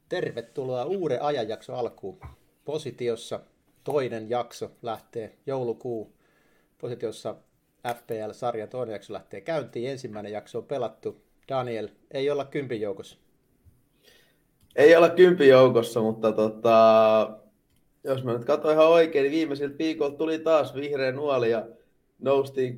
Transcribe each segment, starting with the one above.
Tervetuloa uuden ajanjakso alkuun. Positiossa toinen jakso lähtee joulukuu. Positiossa FPL-sarjan toinen jakso lähtee käyntiin. Ensimmäinen jakso on pelattu. Daniel, ei olla kympin joukossa. Ei olla kympin joukossa, mutta jos mä nyt katsoin ihan oikein, niin viimeisiltä viikolta tuli taas vihreä nuoli ja noustiin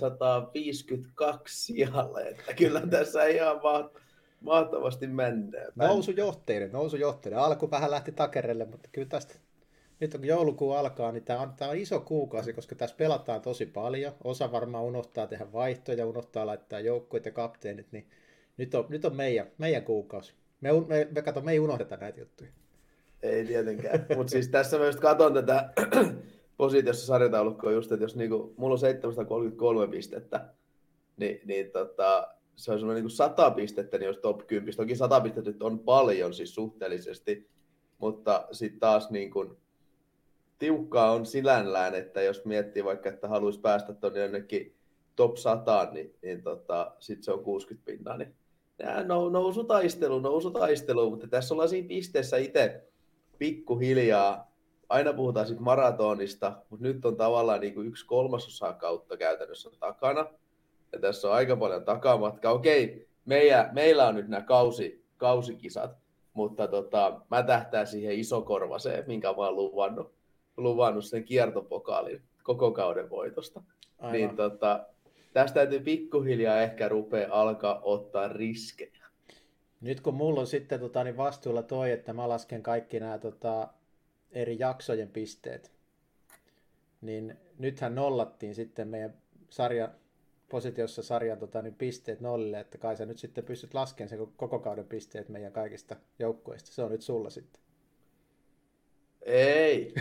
352 sijalle. Että kyllä tässä ihan mahtavasti mennään. Nousujohteinen. Alku vähän lähti takerelle, mutta kyllä tästä nyt kun joulukuu alkaa, niin tämä on iso kuukausi, koska tässä pelataan tosi paljon. Osa varmaan unohtaa tehdä vaihtoja, unohtaa laittaa joukkueet ja kapteenit, niin nyt on meidän kuukausi. Me ei unohdeta näitä juttuja. Ei tietenkään. Mutta siis tässä mä just katson tätä positiossa sarjataulukkoa just, että jos niinku, mulla on 733 pistettä, niin se on semmoinen niin 100 pistettä, niin jos top 10. Toki 100 pistettä nyt on paljon siis suhteellisesti, mutta sitten taas niin kuin, tiukkaa on sinällään, että jos miettii vaikka, että haluaisi päästä tuonne jonnekin top 100, niin sitten se on 60 pinnaa. Niin nousutaistelu, mutta tässä ollaan siinä pisteessä itse pikkuhiljaa. Aina puhutaan sitten maratonista, mutta nyt on tavallaan niin kuin 1/3 kautta käytännössä takana. Ja tässä on aika paljon takamatkaa. Okei, meillä on nyt nämä kausikisat, mutta mä tähtään siihen isokorvaseen, minkä mä oon luvannut sen kiertopokaalin koko kauden voitosta. Aivan. Niin tästä täytyy pikkuhiljaa ehkä alkaa ottaa riskejä. Nyt kun mulla on sitten niin vastuulla toi, että mä lasken kaikki nämä eri jaksojen pisteet, niin nythän nollattiin sitten meidän positiossa sarjan niin pisteet nollille, että kai sä nyt sitten pystyt laskemaan sen koko kauden pisteet meidän kaikista joukkueista. Se on nyt sulla sitten. Ei.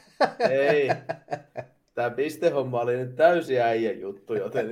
Tämä pistehomma oli nyt täysin äijän juttu, joten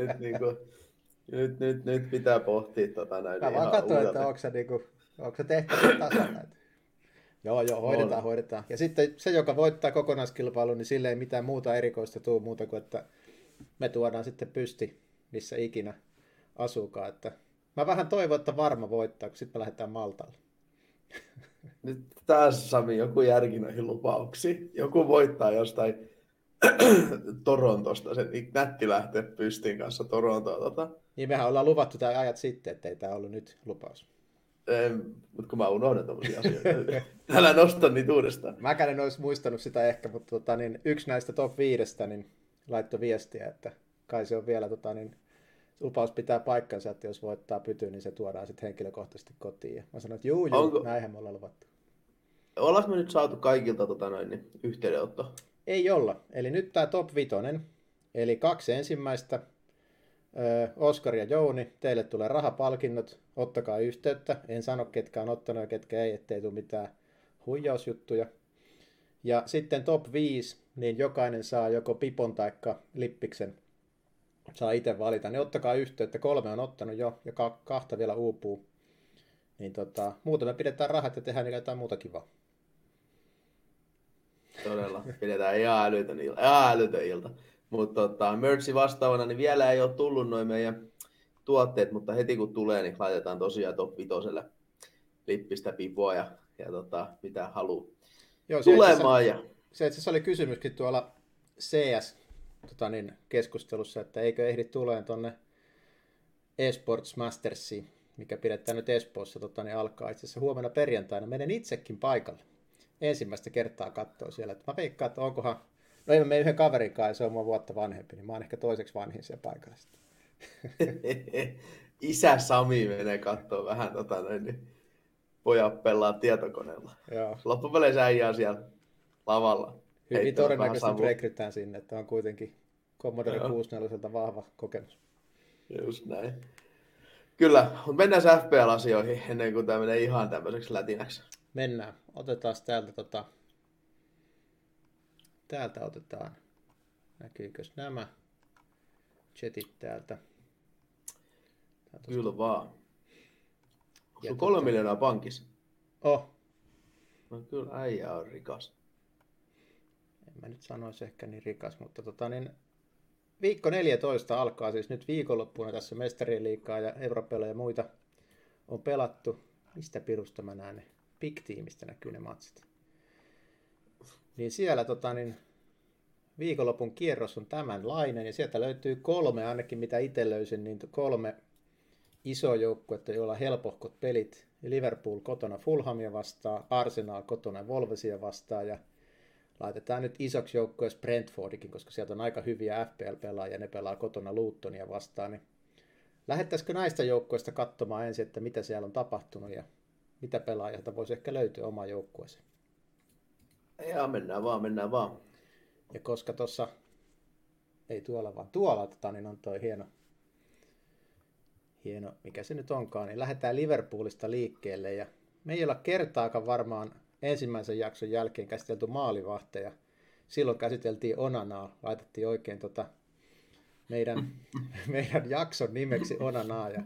nyt pitää pohtia näin. Mä vaan katsoin, että onko sä tehtävä tasan näitä. Joo, hoidetaan. Ja sitten se, joka voittaa kokonaiskilpailun, niin sille ei mitään muuta erikoista tule muuta kuin, että me tuodaan sitten pysti, missä ikinä asuukaan. Että mä vähän toivon, että varma voittaa, kun sitten me lähdetään Maltalle. Nyt taas Sami, joku järki noihin lupauksiin. Joku voittaa jostain Torontosta, sen nätti lähtee pystin kanssa Torontoon. Niin mehän ollaan luvattu tämä ajat sitten, ettei tämä ollut nyt lupaus. Mutta kun mä unohdan tommosia asioita. Älä nosta niitä uudestaan. Mäkään en olisi muistanut sitä ehkä, mutta niin yksi näistä top 5 niin laittoi viestiä, että kai se on vielä lupaus pitää paikkansa, että jos voittaa pyty, niin se tuodaan sitten henkilökohtaisesti kotiin. Ja mä sanoin, että juu, näinhän me ollaan luvattu. Ollaanko me nyt saatu kaikilta yhteydenotto? Ei olla. Eli nyt tämä top 5, eli 2 ensimmäistä, Oskar ja Jouni, teille tulee rahapalkinnot, ottakaa yhteyttä. En sano, ketkä on ottanut ja ketkä ei, ettei tule mitään huijausjuttuja. Ja sitten top 5, niin jokainen saa joko pipon tai lippiksen. Saa itse valita, niin ottakaa yhteyttä. 3 on ottanut jo ja 2 vielä uupuu. Niin muuten me pidetään rahat ja tehdään jotain muuta kivaa. Todella, pidetään ihan älytön ilta. Mutta merchi vastaavana, niin vielä ei ole tullut noin meidän tuotteet, mutta heti kun tulee, niin laitetaan tosiaan top 5 lippistä pipoa ja mitä haluaa tulemaan. Se itse asiassa oli kysymyskin tuolla CS keskustelussa, että eikö ehdi tuleen tuonne eSports Mastersiin, mikä pidetään nyt Espoossa, niin alkaa itse asiassa huomenna perjantaina. Menen itsekin paikalle. Ensimmäistä kertaa katsoa siellä. Että mä veikkaan, että onkohan... No ei mä mene yhden kaverinkaan ja se on mua vuotta vanhempi, niin mä oon ehkä toiseksi vanhin siellä paikalla. Isä Sami menee katsoa vähän niin pojat pelaa tietokoneella. Joo. Loppupeleissä äijää siellä lavalla. Hyvin todennäköisesti rekrytään sinne, että on kuitenkin Commodore 64 vahva kokemus. Just näin. Kyllä, mutta mennään FPL-asioihin ennen kuin tämä menee ihan tämmöiseksi lätinäksi. Mennään. Otetaan täältä otetaan. Näkyykö nämä chatit täältä? Kyllä vaan. Onko 3 miljoonaa pankissa? No kyllä äijä on rikas. En mä nyt sanoisi ehkä niin rikas, mutta viikko 14 alkaa siis nyt viikonloppuna tässä Mestarien liigaa ja Euroopalla ja muita on pelattu. Mistä pirusta mä näen ne Big-tiimistä näkyy ne matsit. Niin siellä viikonlopun kierros on tämänlainen, ja sieltä löytyy 3, ainakin mitä itse löysin, niin 3 isoa joukkuetta, joilla on helpohkot pelit. Liverpool kotona Fulhamia vastaan, Arsenal kotona Wolvesia vastaan, ja laitetaan nyt isoksi joukkueeksi Brentfordikin, koska sieltä on aika hyviä FPL-pelaajia, ne pelaa kotona Lutonia vastaan. Niin lähettäisikö näistä joukkueista katsomaan ensin, että mitä siellä on tapahtunut ja mitä pelaajilta voisi ehkä löytyä omaan joukkueeseen? Ja mennään vaan. Ja koska tuossa, ei tuolla vaan tuolla, niin on toi hieno, mikä se nyt onkaan, niin lähdetään Liverpoolista liikkeelle. Ja me ei olla kertaakaan varmaan ensimmäisen jakson jälkeen käsitelty maalivahteja. Silloin käsiteltiin Onanaa, laitettiin oikein meidän jakson nimeksi Onanaa. Ja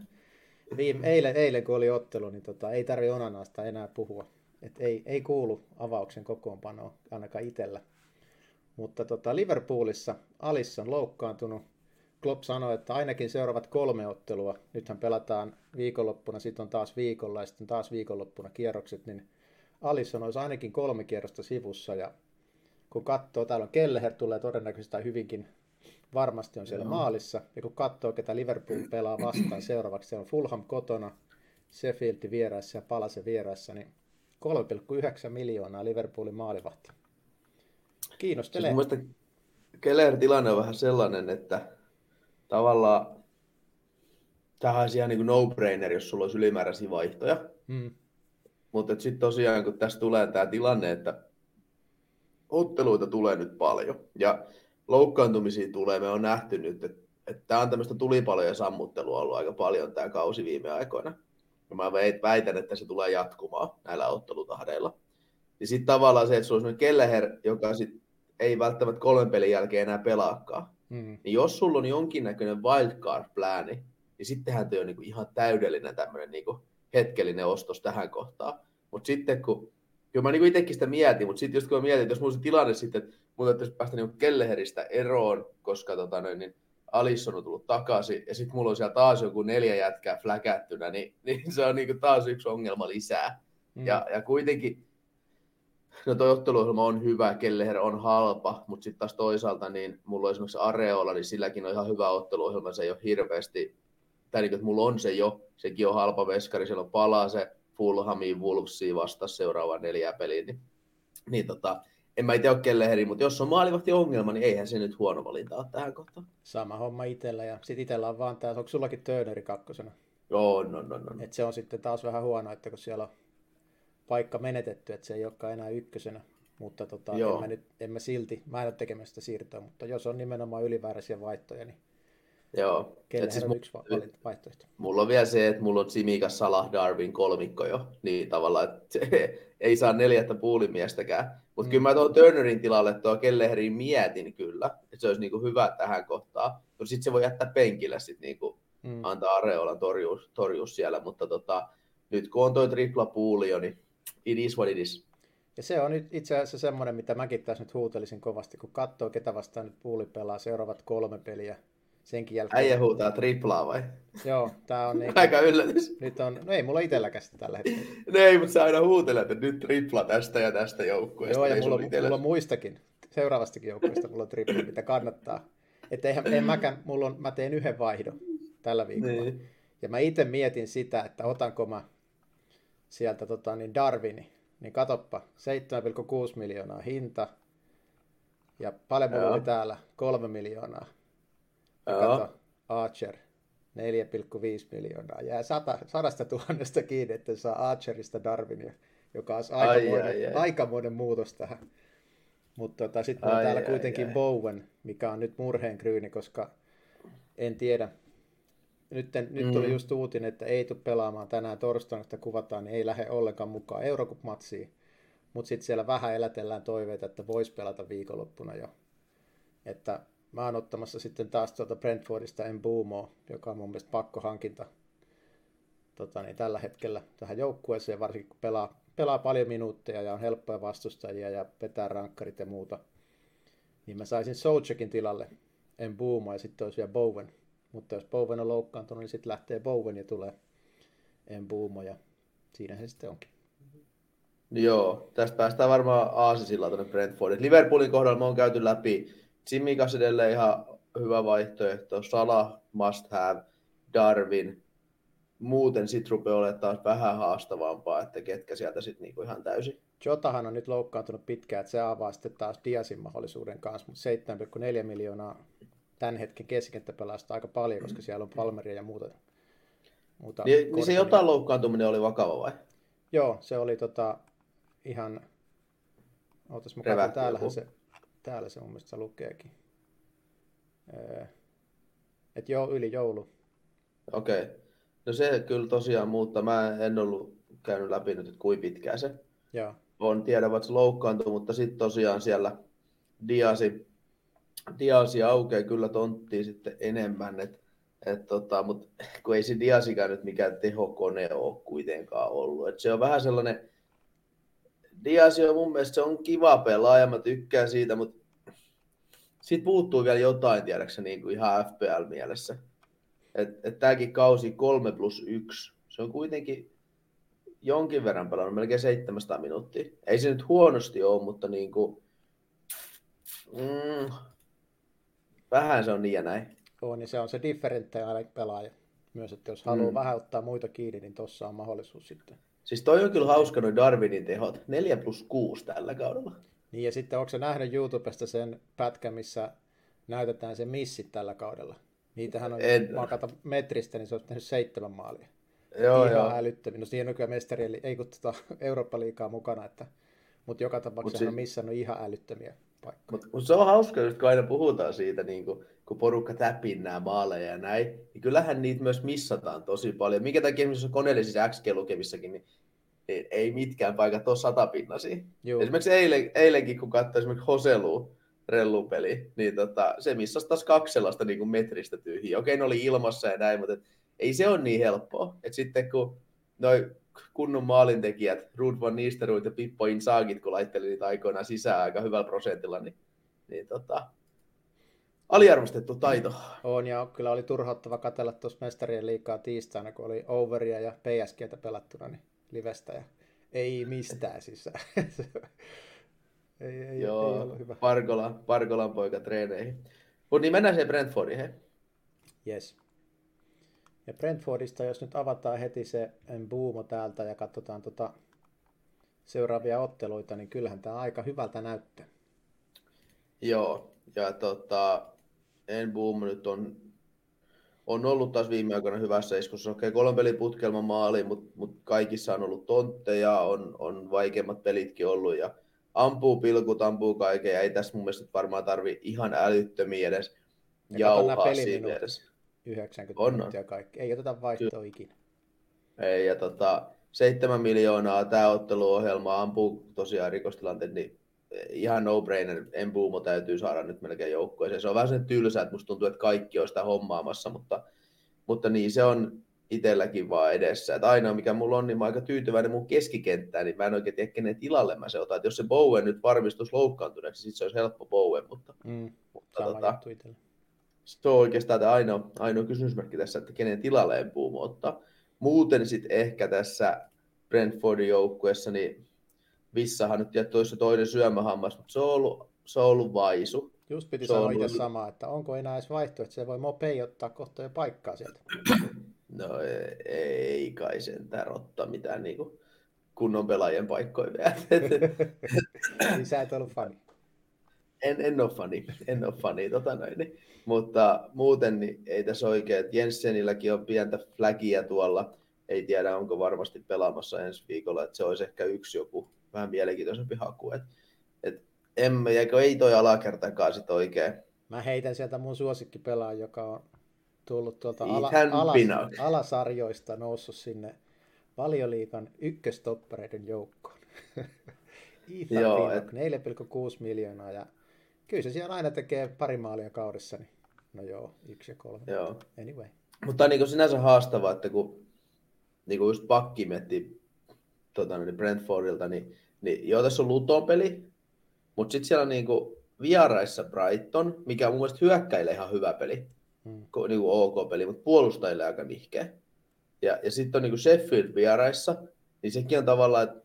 eilen kun oli ottelu, niin ei tarvitse Onanaasta enää puhua. Et ei kuulu avauksen kokoonpanoon ainakaan itsellä. Mutta Liverpoolissa Alisson loukkaantunut. Klopp sanoi, että ainakin seuraavat 3 ottelua. Nythän pelataan viikonloppuna, sitten on taas viikolla ja sitten taas viikonloppuna kierrokset, niin Alisson olisi ainakin 3 kierrosta sivussa. Ja kun katsoo, täällä on Kelleher, tulee todennäköisesti tai hyvinkin varmasti on siellä maalissa. Ja kun katsoo, ketä Liverpool pelaa vastaan seuraavaksi, siellä on Fulham kotona, Sheffield vieressä ja Palace vieressä, niin 3,9 miljoonaa Liverpoolin maalivahti. Kiinnostelee. Siis mun Kelleher tilanne on vähän sellainen, että tavallaan tämähän olisi ihan niin kuin no-brainer, jos sulla olisi ylimääräisiä vaihtoja. Mutta sitten tosiaan, kun tässä tulee tämä tilanne, että otteluita tulee nyt paljon ja loukkaantumisia tulee, me on nähty nyt, että tämä on tämmöistä tulipalojen sammuttelua ollut aika paljon tämä kausi viime aikoina. Ja mä väitän, että se tulee jatkumaan näillä ottelutahdeilla. Ja sitten tavallaan se, että sulla on sellainen Kelleher, joka sit ei välttämättä 3 pelin jälkeen enää pelaakaan. Niin jos sulla on jonkinnäköinen wildcard-plääni, niin sittenhän toi on niinku ihan täydellinen tämmöinen niinku hetkellinen ostos tähän kohtaan. Mutta sitten kyllä mä niinku itsekin sitä mietin, mutta sitten just kun mä mietin, että jos mulla on se tilanne sitten, että mun täytyisi päästä niinku Kelleheristä eroon, koska niin Alisson on tullut takaisin, ja sitten mulla on siellä taas joku 4 jätkää fläkättynä, niin se on niinku taas yksi ongelma lisää. Ja kuitenkin, no toi otteluohjelma on hyvä, Kelleher on halpa, mutta sitten taas toisaalta, niin mulla on esimerkiksi Areola, niin silläkin on ihan hyvä otteluohjelma, se ei ole hirveästi, tai niin kuin, että mulla on se jo, sekin on halpa veskari, siellä on Palace, Fulhamiin, Wolvesiin vasta seuraavaan 4 peliin, niin en mä itse ole Kelleherin, mutta jos on maalivahti ongelma, niin eihän se nyt huono valinta ole tähän kohtaan. Sama homma itsellä, ja sitten itsellä on vaan tämä, onko sullakin Turneri 2? Joo, no. Et se on sitten taas vähän huono, että kun siellä on paikka menetetty, että se ei olekaan enää 1, mutta en mä silti, mä en ole tekemässä sitä siirtoa, mutta jos on nimenomaan ylimääräisiä vaihtoja, niin joo. Kelleher on yksi vaihtoehto. Mulla on vielä se, että mulla on Tsimikas, Salah, Darwin kolmikko jo, niin tavallaan, että ei saa 4 puulimiestäkään. Mutta kyllä mä tuon Turnerin tilalle tuo Kelleherin mietin kyllä, että se olisi niinku hyvä tähän kohtaan. No sitten se voi jättää penkille sitten niinku antaa Areolan torjua siellä, mutta nyt kun on toi tripla puuli, niin it is what it is. Ja se on nyt itse asiassa semmoinen, mitä mäkin tässä nyt huutelisin kovasti, kun katsoo, ketä vastaan nyt puuli pelaa seuraavat 3 peliä. Senkin jälkeen. Äijä huutaa triplaa vai? Joo, tää on niin. Aika yllätys. Nyt on, no ei mulla itselläkään sitä tällä hetkellä. No ei, mutta sä aina huutelet, että nyt tripla tästä ja tästä joukkueesta. Joo, ja mulla on muistakin. Seuraavastakin joukkueesta mulla on tripla, mitä kannattaa. Että mä teen 1 vaihdon tällä viikolla. Niin. Ja mä itse mietin sitä, että otanko mä sieltä Darwini. Niin katoppa, 7,6 miljoonaa hinta. Ja paljon mulla oli täällä 3 miljoonaa. Ja kato, Archer, 4,5 miljoonaa. Jää 100 000 kiinni, että saa Archerista Darwinia, joka olisi aikamoinen muutos tähän. Mutta sitten on täällä kuitenkin Bowen, mikä on nyt murheenkryyni, koska en tiedä. Nyt tuli just uutinen, että ei tule pelaamaan tänään torstaina, että kuvataan, niin ei lähde ollenkaan mukaan Eurocup-matsiin. Mutta sitten siellä vähän elätellään toiveita, että voisi pelata viikonloppuna jo. Että mä oon ottamassa sitten taas Brentfordista Mbeumoa, joka on mun mielestä pakkohankinta tällä hetkellä tähän joukkueeseen, varsinkin kun pelaa paljon minuutteja ja on helppoja vastustajia ja vetää rankkarit ja muuta. Niin mä saisin Soucekin tilalle Mbeumoa ja sitten olisi vielä Bowen. Mutta jos Bowen on loukkaantunut, niin sitten lähtee Bowen ja tulee Mbeumo ja siinä se sitten onkin. Joo, tästä päästään varmaan aasisilla tuonne Brentfordiin. Liverpoolin kohdalla me on käyty läpi. Tsimikas edelleen ihan hyvä vaihtoehto. Salah must have. Darwin. Muuten sitten rupeaa olemaan taas vähän haastavampaa, että ketkä sieltä sitten niinku ihan täysin. Jotahan on nyt loukkaantunut pitkään, että se avaa sitten taas Diasin mahdollisuuden kanssa, mutta 7,4 miljoonaa tämän hetken keskikenttäpelaajasta aika paljon, koska siellä on Palmeria ja muuta. Niin se jotain loukkaantuminen oli vakava vai? Joo, se oli ihan, ootas mä katson, täällä se mun mielestä lukeekin. Että joo, yli joulu. Okei. No se kyllä tosiaan muuttaa. Mä en ollut käynyt läpi nyt, että kuinka pitkään se Joo. on. Tiedän, että se loukkaantui, mutta sitten tosiaan siellä Diasi aukeaa kyllä tonttiin sitten enemmän. Mutta kun ei se Diasikään nyt mikään tehokone ole kuitenkaan ollut. Et se on vähän sellainen, Diasi on mun mielestä se on kiva pelaaja, mä tykkään siitä, mutta siitä puuttuu vielä jotain, tiedäksä, niin kuin ihan FPL-mielessä. Tämäkin kausi 3+1, se on kuitenkin jonkin verran pelannut, melkein 700 minuuttia. Ei se nyt huonosti ole, mutta niin kuin, vähän se on niin ja näin. On, niin se on se differentiaali pelaaja myös, että jos haluaa vähän ottaa muita kiinni, niin tossa on mahdollisuus sitten. Siis toi on kyllä hauska noin Darwinin tehot, 4+6 tällä kaudella. Niin ja sitten onko se nähnyt YouTubesta sen pätkän, missä näytetään se missit tällä kaudella? Niitähän on makata metristä, niin se on tehnyt 7 maalia. Ihan älyttömiä. No siinä on kyllä mestari, eli ei kun Eurooppa-liigaa mukana, mutta joka tapauksessa on missannut ihan älyttömiä paikkoja. Mutta se on hauska, just kun aina puhutaan siitä, niin kun porukka täpinnää maaleja ja näin, niin kyllähän niitä myös missataan tosi paljon. Minkä takia esimerkiksi koneellisissa XG-lukemissakin, niin ei mitkään paikat ole 100-pinnaisia. Esimerkiksi eilenkin, kun katsoin esimerkiksi Hoselu rellupeli, niin se missasi taas 2 sellaista niin kuin metristä tyhjiä. Okei, ne oli ilmassa ja näin, mutta ei se ole niin helppoa. Et sitten kun noi kunnon maalintekijät, Ruud van Nistelrooy ja Pippo Inzaghi, kun laitteli niitä aikoinaan sisään aika hyvällä prosentilla, niin aliarvostettu taito. On, ja kyllä oli turhauttava katsella tuossa mestarien liigaa tiistaina, kun oli Overia ja PSGtä pelattuna niin livestä, ja ei mistään sisään. ei ollut hyvä. Parkolan poika treeneihin. Mutta niin mennään siihen Brentfordiin, hei. Yes. Ja Brentfordista, jos nyt avataan heti se Mbumo täältä ja katsotaan seuraavia otteluita, niin kyllähän tämä aika hyvältä näyttää. Joo, ja Mbumo nyt on ollut taas viime aikoina hyvässä iskussa. Okei, 3 pelin putkelman maali, mutta kaikissa on ollut tontteja, on vaikeimmat pelitkin ollut ja ampuu pilkut, ampuu kaiken ja ei tässä mun mielestä varmaan tarvi ihan älyttömiä edes jauhaa siinä edes. 90 minuuttia kaikki. Ei oteta vaihtoa ikinä. Ei, ja 7 miljoonaa tämä otteluohjelma ampuu tosiaan rikostilanteet, niin ihan no-brainer. Mbumo täytyy saada nyt melkein joukkueeseen. Se on vähän sen tylsää, että musta tuntuu, että kaikki on sitä hommaamassa, mutta niin se on itselläkin vaan edessä. Että ainoa mikä mulla on, niin mä oon aika tyytyväinen mun keskikenttään, niin mä en oikein tiedä kenen tilalle mä se otan. Että jos se Bowen nyt varmistuisi loukkaantuneeksi, niin sit se olisi helppo Bowen, mutta se on oikeastaan ainoa kysymysmerkki tässä, että kenen tilalle Mbumo ottaa. Muuten sitten ehkä tässä Brentfordin joukkueessa, niin Vissahan nyt tietty olisi toinen syömähammas, mutta se on ollut vaisu. Just piti sanoa itse samaa, että onko enää edes vaihtoehto, että se voi Mopei ottaa kohta jo paikkaa sieltä. No ei kai sentään ottaa mitään niinku kunnon pelaajien paikkoja vielä. Niin sä et ollut fani. En ole fani, niin. Mutta muuten niin ei tässä oikein. Jensenilläkin on pientä flagia tuolla. Ei tiedä, onko varmasti pelaamassa ensi viikolla. Että se olisi ehkä yksi joku vähän mielenkiintoisempi haku. Ei toi alakertakaan sit oikein. Mä heitän sieltä mun suosikkipelaajan, joka on tullut tuolta alasarjoista noussut sinne Valioliigan ykköstoppareiden joukkoon. Ethan Pinnock, 4,6 miljoonaa ja kyllä se siellä aina tekee pari maalia kaudessa, niin no joo, 1 ja 3. Joo. Anyway. Mutta niin sinänsä haastavaa, että kun niin just pakki metti Brentfordilta, niin joo, tässä on Luton peli, mutta sitten siellä on niin vieraissa Brighton, mikä on mun mielestä hyökkäille ihan hyvä peli, niin OK peli, mutta puolustajille aika nihkeä. Ja sitten on niin Sheffield vieraissa, niin sekin on tavallaan, että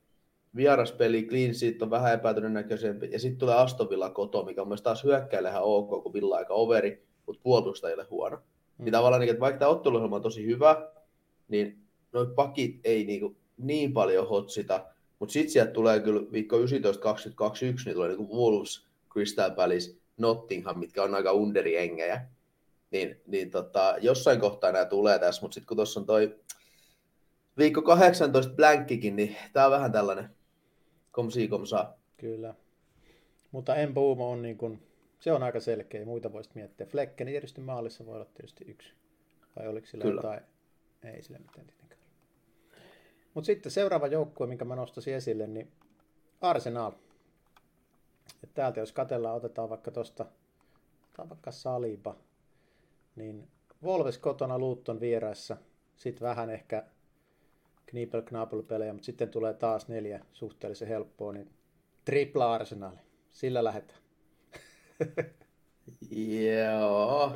vieraspeli, clean sheet on vähän epätodennäköisempi, ja sitten tulee Aston Villa koto, mikä on myös taas hyökkäille ihan ok, kun Villa aika overi, mutta puolustajille huono. Niin tavallaan, että vaikka tämä otteluohjelma on tosi hyvä, niin noi pakit ei niin paljon hotsita, mutta sitten sieltä tulee kyllä viikko 19-20-21, niin tulee niin Wolves, Crystal Palace, Nottingham, mitkä on aika underiengejä. Niin, jossain kohtaa nämä tulee tässä, mutta sitten kun tuossa on toi viikko 18 blankkikin, niin tämä on vähän tällainen komsaa. Kyllä. Mutta Mbumo on niin kuin, se on aika selkeä, muita voisi miettiä. Flecken tietysti maalissa voi olla tietysti yksi. Vai oliko sillä Kyllä. jotain? Ei sillä mitään tietenkään. Mutta sitten seuraava joukkue, minkä mä nostaisin esille, niin Arsenal. Et täältä jos katsellaan, otetaan vaikka tosta, otetaan vaikka Saliba, niin Wolves kotona Luton vieraissa, sitten vähän ehkä Kniebel-Knabel-pelejä, mutta sitten tulee taas 4 suhteellisen helppoa, niin tripla Arsenal, sillä lähdetään. Joo.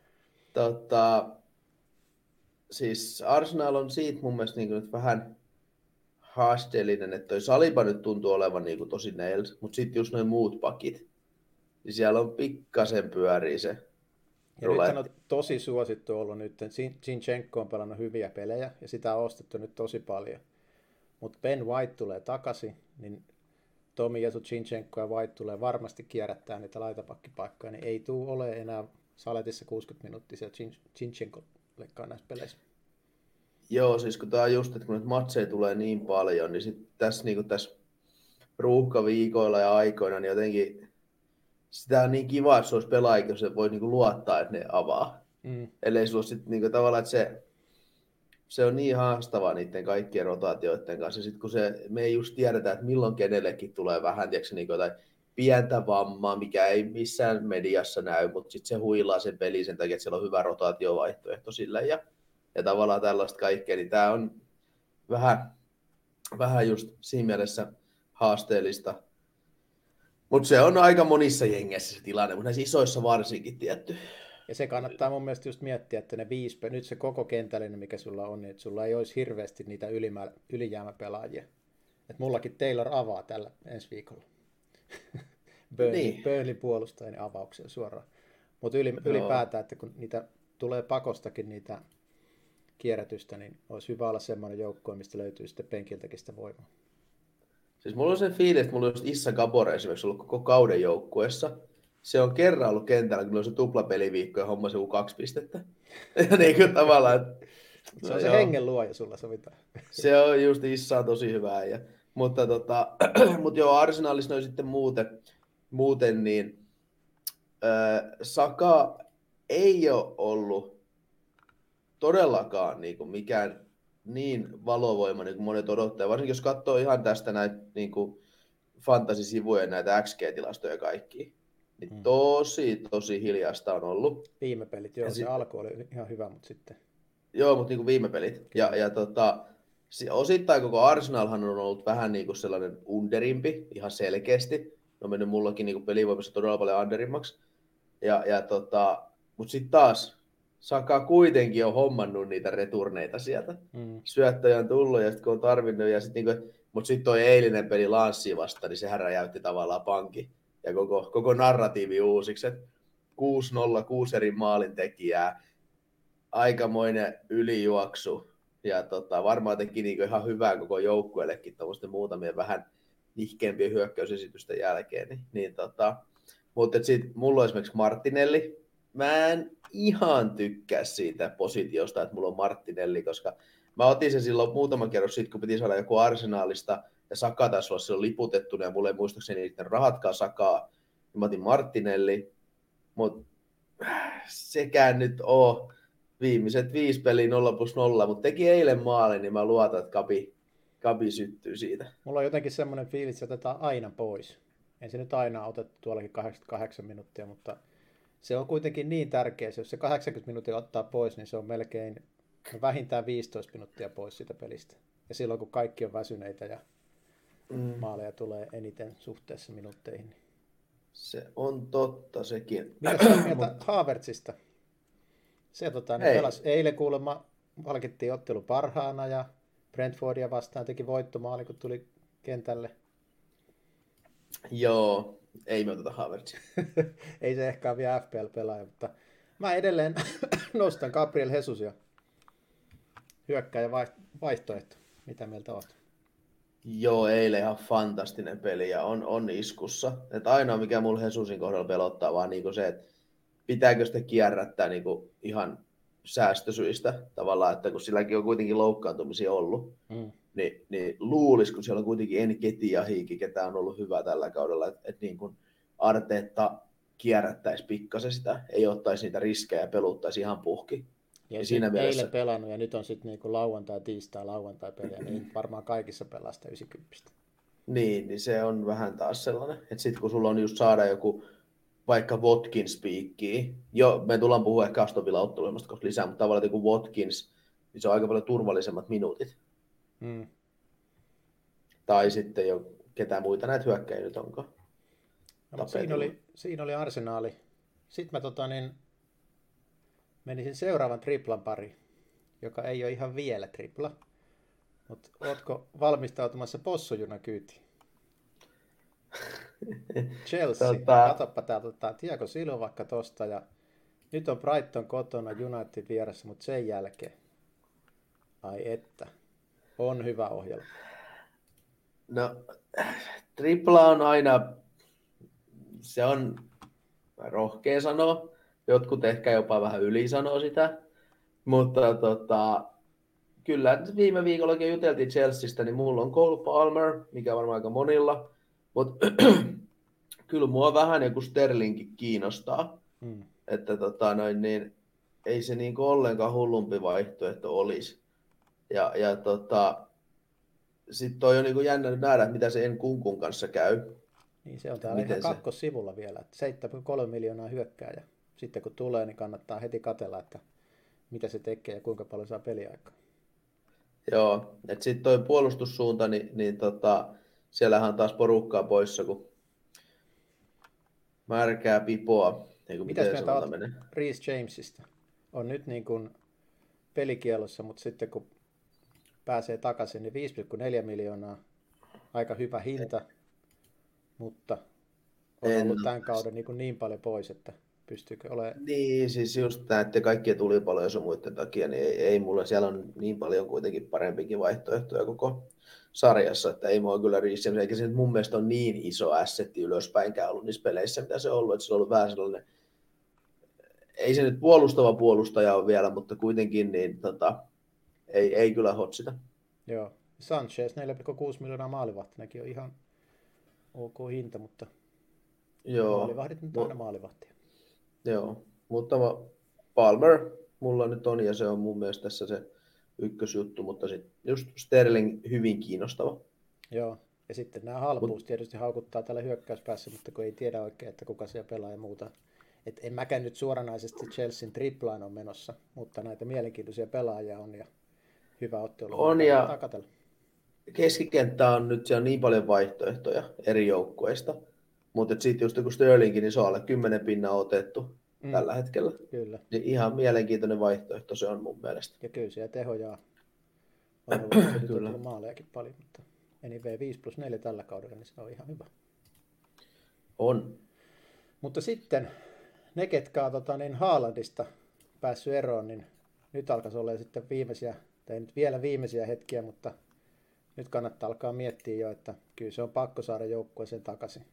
Siis Arsenal on siitä mun mielestä niin nyt vähän haasteellinen, että toi Saliba nyt tuntuu olevan niin tosi nails, mutta sitten just noin muut pakit, niin siellä on pikkasen pyörii se. Ja nyt on tosi suosittu ollut nyt. Zinchenko on pelannut hyviä pelejä ja sitä on ostettu nyt tosi paljon. Mutta Ben White tulee takaisin, niin Tomiyasu, Zinchenko ja White tulee varmasti kierrättää niitä laitapakkipaikkoja, niin ei tule ole enää saletissa 60 minuuttia siellä Zinchenkollekaan näissä peleissä. Joo, siis kun tämä on just, että kun nyt matseja tulee niin paljon, niin sitten tässä, niin tässä ruuhkaviikoilla ja aikoina, niin jotenkin sitä on niin kiva, että se olisi pelaajia, jos se voi niin luottaa, että ne avaa. Ellei sulla sitten niin tavallaan, että se on niin haastavaa niiden kaikkien rotaatioiden kanssa. Sitten kun me ei just tiedetä, että milloin kenellekin tulee vähän, tiedätkö, niin jotain pientä vammaa, mikä ei missään mediassa näy, mutta sitten se huilaa sen peli sen takia, että siellä on hyvä rotaatiovaihtoehto sille ja tavallaan tällaista kaikkea, niin tämä on vähän just siinä mielessä haasteellista. Mutta se on aika monissa jengeissä se tilanne, mutta näissä isoissa varsinkin tietty. Ja se kannattaa mun mielestä just miettiä, että ne 5, nyt se koko kentällinen, mikä sulla on, niin että sulla ei olisi hirveästi niitä ylijäämäpelaajia. Että mullakin Taylor avaa tällä ensi viikolla. Burnley puolustajien avauksia suoraan. Mutta ylipäätään, että kun niitä tulee pakostakin niitä kierrätystä, niin olisi hyvä olla semmoinen joukkue, mistä löytyy sitten penkiltäkin sitä voimaa. Siis mulla on se fiilis, että mulla on just Issa Gabore esimerkiksi ollut koko kauden joukkueessa. Se on kerran ollut kentällä, kun on se tuplapeliviikko ja homma se 2 pistettä. Ja niin kuin tavallaan, että se on se hengen luoja sulla sovitaan. Se on just Issa on tosi hyvä. Mutta joo, Arsenalissa on sitten muuten niin Saka ei ole ollut todellakaan niin kuin mikään niin valovoimainen kuin monet odottaa. Varsinkin jos katsoo ihan tästä näitä niin kuin fantasisivuja, näitä XG-tilastoja kaikkia, niin tosi hiljaista on ollut. Viime pelit, joo, se alku oli ihan hyvä, mutta sitten... Joo, mutta niin kuin viime pelit. Ja osittain koko Arsenalhan on ollut vähän niin kuin sellainen underimpi, ihan selkeästi. Ne on mennyt mullakin niin kuin pelivoimassa todella paljon underimmaksi. Mutta sitten taas Saka kuitenkin on hommannut niitä returneita sieltä. Syöttöjä on tullut ja sitten kun on tarvinnut. Mutta sitten toi eilinen peli Lanssia vastaan, niin sehän räjäytti tavallaan pankin. Ja koko narratiivi uusiksi. 6-0, 6 eri maalintekijää. Aikamoinen ylijuoksu. Ja varmaan teki niinku ihan hyvää koko joukkueellekin tuommoisten muutamien vähän nihkeämpien hyökkäysesitysten jälkeen. Mutta sitten mulla on esimerkiksi Martinelli. Mä en ihan tykkää siitä positiosta, että mulla on Martinelli, koska mä otin sen silloin muutaman kerran sitten, kun piti saada joku Arsenalista, ja Saka taisi olla silloin liputettu, ja mulla ei muistaakseni niiden rahatkaan Sakaa, niin mä otin Martinelli, mutta sekään nyt on viimeiset 5 peliä 0+0, mutta teki eilen maalin, niin mä luotan, että Kabi syttyy siitä. Mulla on jotenkin semmoinen fiilis, että otetaan aina pois. En se nyt aina otettu tuollakin 88 minuuttia, mutta se on kuitenkin niin tärkeä. Jos se 80 minuuttia ottaa pois, niin se on melkein vähintään 15 minuuttia pois siitä pelistä. Ja silloin, kun kaikki on väsyneitä ja maaleja tulee eniten suhteessa minuutteihin. Niin. Se on totta sekin. Mitä sä mieltä Havertzista? Se pelasi eilen kuulemma, palkittiin ottelu parhaana ja Brentfordia vastaan teki voittomaali, kun tuli kentälle. Joo, ei me oteta Havertzia. Ei se ehkä ole vielä FPL-pelaaja, mutta mä edelleen nostan Gabriel Jesusia. Hyökkääjä vaihtoehto. Mitä mieltä oot? Joo, eilen ihan fantastinen peli ja on iskussa. Et ainoa mikä mulla Jesusin kohdalla pelottaa vaan niinku se, että pitääkö sitä kierrättää niinku ihan säästösyistä tavallaan, että kun silläkin on kuitenkin loukkaantumisia ollut, niin luulisi, kun siellä on kuitenkin Enketi ja Hiiki, ketä on ollut hyvä tällä kaudella, että niin kuin Arteetta kierrättäisi pikkasen sitä, ei ottaisi niitä riskejä ja peluttaisi ihan puhki. Ja siinä mielessä... eilen pelannut ja nyt on sitten niinku lauantai peliä, niin varmaan kaikissa pelaa sitä 90. Niin se on vähän taas sellainen, että sitten kun sulla on just saada joku vaikka Watkins piikkiä, me tullaan puhua ehkä Aston Villa otteluimasta koska lisää, mutta tavallaan joku Watkins, niin se on aika paljon turvallisemmat minuutit. Tai sitten jo ketään muita näitä hyökkäjiä nyt onkaan. No, siinä oli Arsenaali. Sitten mä menisin seuraavan triplan pari, joka ei ole ihan vielä tripla. Mutta ootko valmistautumassa possujunan kyytiin? Chelsea, katoppa täältä Thiago Silva vaikka tosta ja nyt on Brighton kotona, United vieressä, mutta sen jälkeen, ai että, on hyvä ohjelma. No, tripla on aina, se on rohkea sanoa, jotkut ehkä jopa vähän yli sanoo sitä, mutta kyllä viime viikollakin juteltiin Chelseastä, niin mulla on Cole Palmer, mikä on varmaan aika monilla, mutta kyllä mua vähän joku Sterlingkin kiinnostaa, että niin, ei se niinku ollenkaan hullumpi vaihtoehto olisi. Ja sitten toi on niinku jännä nähdä, mitä se Nkunkun kanssa käy. Niin se on täällä ihan kakkossivulla vielä, että 7,3 miljoonaa hyökkääjä. Sitten kun tulee, niin kannattaa heti katsella, että mitä se tekee ja kuinka paljon saa peliaikaa. Joo, että sitten toi puolustussuunta, niin siellähän on taas porukkaa poissa, kun märkää pipoa. Mitäs mieltä olet Reece Jamesista? On nyt niin kuin pelikielossa, mutta sitten kun pääsee takaisin, niin 5,4 miljoonaa. Aika hyvä hinta, mutta on ollut tämän kauden niin paljon pois, että pystyykö olemaan... Niin, siis just näette kaikkien tulipaloja ja muiden takia, niin ei mulla, siellä on niin paljon kuitenkin parempikin vaihtoehtoja koko sarjassa, että ei mua kyllä Reece James, eikä se mun mielestä on niin iso assetti ylöspäinkään ollut niissä peleissä, mitä se on ollut, että se on ollut vähän sellainen, ei se nyt puolustava puolustaja ole vielä, mutta kuitenkin niin ei kyllä hotsita. Joo, Sanchez 4,6 miljoonaa maalivahtinakin on ihan ok hinta, mutta maalivahdit nyt aina maalivahtia. Joo, mutta Palmer mulla nyt on ja se on mun mielestä tässä se ykkösjuttu, mutta sitten just Sterling hyvin kiinnostava. Joo, ja sitten nämä halpuus tietysti haukuttaa tällä hyökkäyspäässä, mutta kun ei tiedä oikein, että kuka siellä pelaa ja muuta. Et en mäkään nyt suoranaisesti Chelsean triplaan on menossa, mutta näitä mielenkiintoisia pelaajia on ja hyvä ottelu. On ja keskikenttä on nyt, siellä on niin paljon vaihtoehtoja eri joukkueista, mutta sitten just kun Sterlingin, niin se on alle 10 pinnaa otettu tällä hetkellä. Kyllä. Niin ihan mielenkiintoinen vaihtoehto se on mun mielestä. Ja kyllä siellä tehoja on tullut maalejakin paljon, mutta anyway 5+4 tällä kaudella, niin se on ihan hyvä. On. Mutta sitten ne, ketkä on Haalandista päässyt eroon, niin nyt alkaisi olla sitten viimeisiä, tai nyt vielä viimeisiä hetkiä, mutta nyt kannattaa alkaa miettiä jo, että kyllä se on pakko saada joukkueeseen takaisin.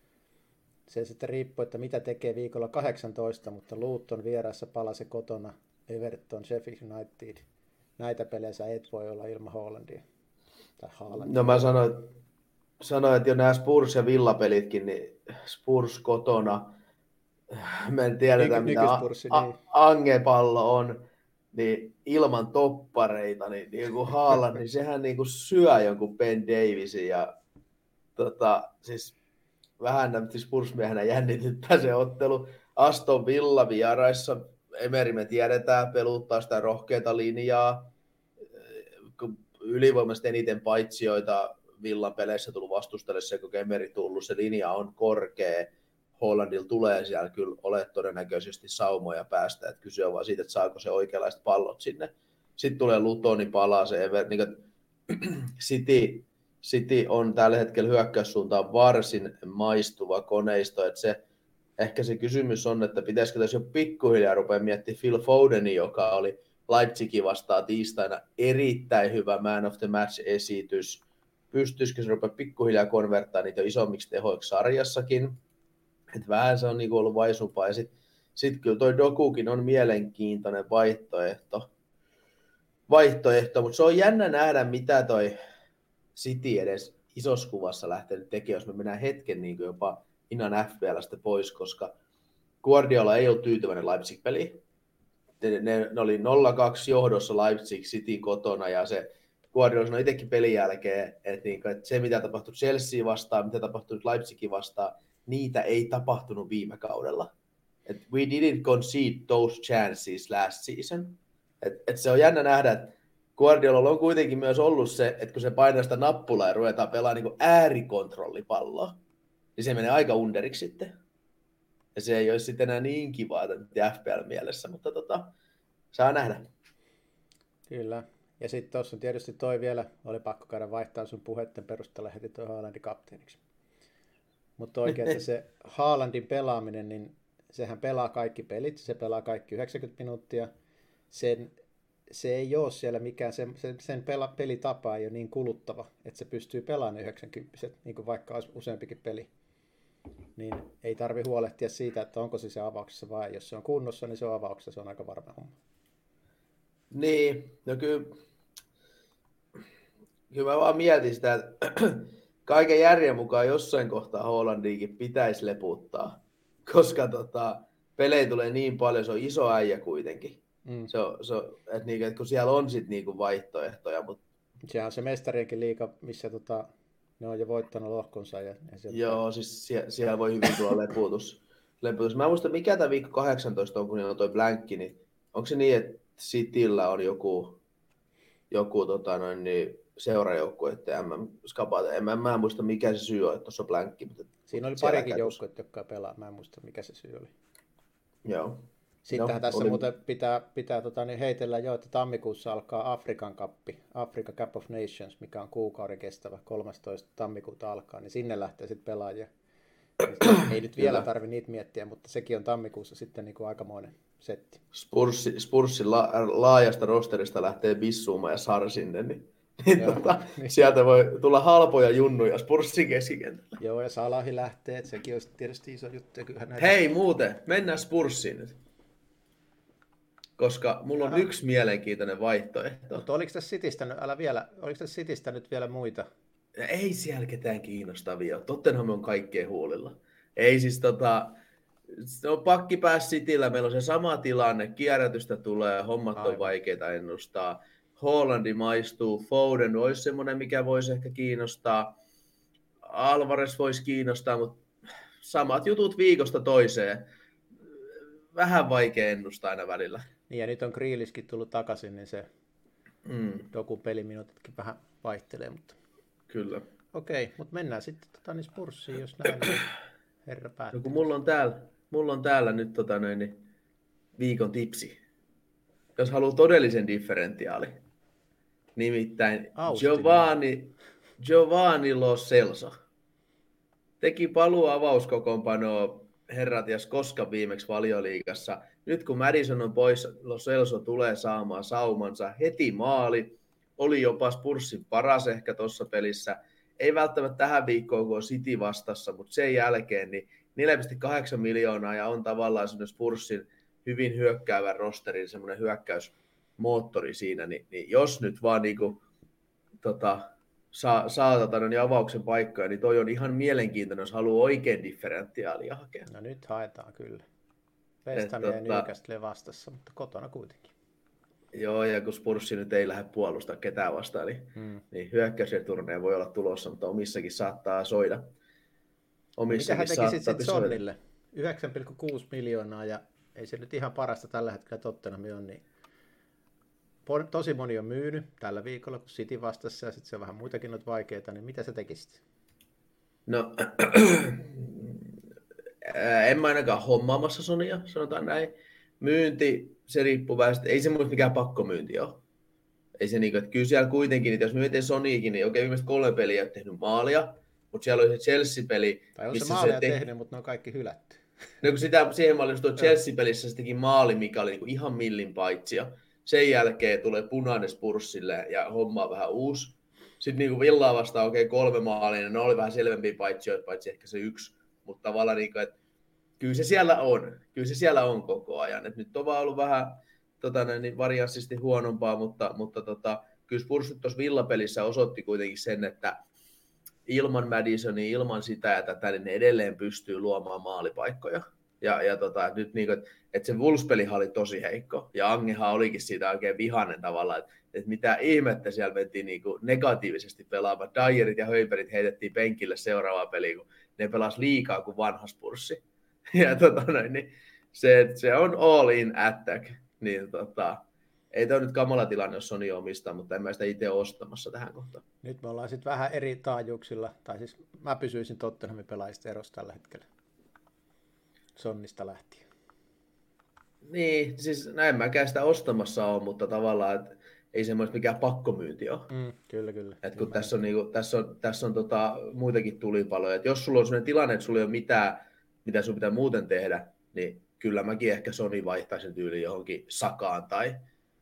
Se sitten riippuu, että mitä tekee viikolla 18, mutta Luton vieressä palasi kotona, Everton, Sheffield United. Näitä pelejä sä et voi olla ilman Haalandia. No mä sanoin, että jo nämä Spurs- ja Villa-pelitkin, niin Spurs kotona, me en tiedetä mitä Ange-pallo on, niin ilman toppareita, niin kuin Haaland, niin sehän niin kuin syö jonkun Ben Davisin ja siis vähän Spurs-miehenä jännityttää se ottelu. Aston Villa vieraissa, Emery me tiedetään, peluttaa sitä rohkeata linjaa, ylivoimaisesti eniten paitsioita Villan peleissä tullut vastustelle se, kun Emery tullut, se linja on korkea, Haalandilla tulee siellä kyllä ole todennäköisesti saumoja päästä, että kyse on vaan siitä, että saako se oikeanlaiset pallot sinne. Sitten tulee Lutonin palaa se niin City City on tällä hetkellä hyökkäyssuuntaan varsin maistuva koneisto, että ehkä se kysymys on, että pitäisikö tässä jo pikkuhiljaa rupea miettimään Phil Fodeni, joka oli Leipzigin vastaan tiistaina erittäin hyvä man of the match-esitys. Pystyisikö se rupea pikkuhiljaa konverttaa niitä isommiksi tehoiksi sarjassakin? Että vähän se on niinku ollut vaisumpaa. Ja sitten kyllä toi Dokukin on mielenkiintoinen vaihtoehto, mutta se on jännä nähdä, mitä toi City edes isossa kuvassa lähtenyt tekemään, jos me mennään hetken niin jopa Inan FPL:stä pois, koska Guardiola ei ollut tyytyväinen Leipzig-peliin. Ne oli 0-2 johdossa Leipzig City kotona, ja se Guardiola sanoi itsekin pelin jälkeen, että se mitä tapahtui Chelsea vastaan, mitä tapahtui Leipzigin vastaan, niitä ei tapahtunut viime kaudella. Et we didn't concede those chances last season. Et se on jännä nähdä, että Guardiolalla on kuitenkin myös ollut se, että kun se painaa sitä nappulaa ja ruvetaan pelaamaan niin äärikontrollipalloa, niin se menee aika underiksi sitten. Ja se ei olisi sitten enää niin kivaa FPL-mielessä, mutta saa nähdä. Kyllä. Ja sitten tuossa tietysti toi vielä, oli pakko käydä vaihtaa sun puheiden perusteella heti tuo Haalandin kapteeniksi. Mutta oikein, että se Haalandin pelaaminen, niin sehän pelaa kaikki pelit, se pelaa kaikki 90 minuuttia. Se ei ole siellä mikään, sen pelitapa ei ole niin kuluttava, että se pystyy pelaamaan 90, niin kuin vaikka olisi useampikin peli. Niin ei tarvitse huolehtia siitä, että onko se avauksessa vai jos se on kunnossa, niin se on avauksessa, se on aika varma homma. Niin, no kyllä mä vaan mietin sitä, että kaiken järjen mukaan jossain kohtaa Haalandiinkin pitäisi leputtaa, koska pelejä tulee niin paljon, se on iso äijä kuitenkin. Että kun siellä on sitten niinku vaihtoehtoja. Sehän on se mestarienkin liiga, missä ne on jo voittanut lohkonsa. Joo, siis siellä voi hyvin tulla leputus. Mä en muista, mikä tämä viikko 18 on, kun niillä on toi blankki, niin onko se niin, että Cityllä on joku seurajoukkueiden MM-skapata. Mä en muista, mikä se syy on, että tuossa on blankki. Siinä oli parikin joukkueet, jotka pelaa. Mä en muista, mikä se syy oli. Joo. Sittenhän tässä muuten pitää heitellä jo, että tammikuussa alkaa Afrikan kappi, Africa Cup of Nations, mikä on kuukauden kestävä, 13. tammikuuta alkaa, niin sinne lähtee sitten pelaajia. Ei nyt vielä tarvitse niitä miettiä, mutta sekin on tammikuussa sitten niin kuin aikamoinen setti. Spurssin laajasta rosterista lähtee Bissouma ja Sar sinne, niin sieltä voi tulla halpoja junnuja Spurssin keskikentällä. Joo, ja Salahi lähtee, että sekin olisi tietysti iso juttu. Hei muuten, mennään Spurssiin nyt. Koska mulla on yksi mielenkiintoinen vaihtoehto. Mutta oliko tässä Citystä nyt vielä muita? Ei siellä ketään kiinnostavia. Tottenham on kaikkeen huolilla. Ei siis on pakki päässä Cityllä, meillä on se sama tilanne, kierrätystä tulee, hommat on vaikeita ennustaa. Haalandi maistuu, Foden olisi semmoinen, mikä voisi ehkä kiinnostaa. Alvarez voisi kiinnostaa, mutta samat jutut viikosta toiseen. Vähän vaikea ennustaa aina välillä. Niin ja nyt on Grealishkin tullut takaisin, niin se Dokun peliminuutitkin vähän vaihtelee. Mutta... Kyllä. Okei, mutta mennään sitten niin Spurssiin, jos näin herra päättää. No, kun mulla on täällä nyt viikon tipsi. Jos haluaa todellisen differentiaali. Nimittäin Giovanni Lo Celso. Teki paluu avauskokoonpanoa herrat jas koska viimeksi Valioliigassa. Nyt kun Madison on pois, Lo Celso tulee saamaan saumansa heti maali. Oli jopa Spurssin paras ehkä tuossa pelissä. Ei välttämättä tähän viikkoon, kun on City vastassa, mutta sen jälkeen niin 4,8 miljoonaa ja on tavallaan semmoinen Spurssin hyvin hyökkäävän rosterin semmoinen hyökkäysmoottori siinä, niin jos nyt vaan niinku, saa avauksen paikkoja, niin toi on ihan mielenkiintoinen, jos haluaa oikein differentiaalia hakea. No nyt haetaan kyllä. West Ham ja Newcastle vastassa, mutta kotona kuitenkin. Joo, ja kun Spurssi nyt ei lähde puolustaa ketään vastaan, niin hyökkäysturneja voi olla tulossa, mutta omissakin saattaa soida. Mitä hän tekisit sitten Sonnille? 9,6 miljoonaa, ja ei se nyt ihan parasta tällä hetkellä Tottenham on, niin tosi moni on myynyt tällä viikolla, kun City vastassa, ja sitten se on vähän muitakin noita vaikeita, niin mitä sä tekisit? No, en mä ainakaan hommaamassa Sonia, sanotaan näin. Myynti, se riippuu vähän, ei se muista mikään pakkomyynti ole. ei se niinku, että kyllä siellä kuitenkin, että jos me mietin Soniakin, niin okei, viimeiset 3 peliä ei ole tehnyt maalia, mutta siellä oli se Chelsea-peli, Tai on se missä maaleja se tehnyt, mutta ne on kaikki hylätty. No kun siihen mä olin, tuo Chelsea-pelissä se teki maali, mikä oli niinku ihan millin paitsia. Sen jälkeen tulee punainen Spurssille ja homma on vähän uusi. Sitten niinku Villaa vastaan 3 maalia, ne oli vähän selvempiä paitsioita, paitsi ehkä se yksi. Mutta tavallaan, niinku, että kyllä se siellä on. Kyllä se siellä on koko ajan. Et nyt on vaan ollut vähän niin varianssisesti huonompaa, mutta kyllä Spurssit tuossa Villa-pelissä osoitti kuitenkin sen, että ilman Madisonia, ilman sitä ja tätä, niin ne edelleen pystyy luomaan maalipaikkoja. Ja nyt niin kuin, että se Wolves-pelihan oli tosi heikko, ja Angehan olikin siitä oikein vihainen tavalla, että mitä ihmettä siellä mentiin niin kuin negatiivisesti pelaamaan. Dyerit ja Höiberit heitettiin penkille seuraavaan peliin, kun ne pelasi liikaa kuin vanha Spurssi. Ja niin se on all in attack, niin ei tämä nyt kamala tilanne, jos Sony omistaa, mutta en mä sitä itse ostamassa tähän kohtaan. Nyt me ollaan sitten vähän eri taajuuksilla, tai siis mä pysyisin Tottenhamin pelaajista erossa tällä hetkellä. Sonnista lähtien. Niin, siis näin mäkään sitä ostamassa on, mutta tavallaan, että ei semmoista mikään pakkomyynti ole. Kyllä. Et kun tässä on muitakin tulipaloja. Et jos sulla on sellainen tilanne, että sulla ei ole mitään, mitä sun pitää muuten tehdä, niin kyllä mäkin ehkä Sony vaihtaisin tyyliin johonkin Sakaan tai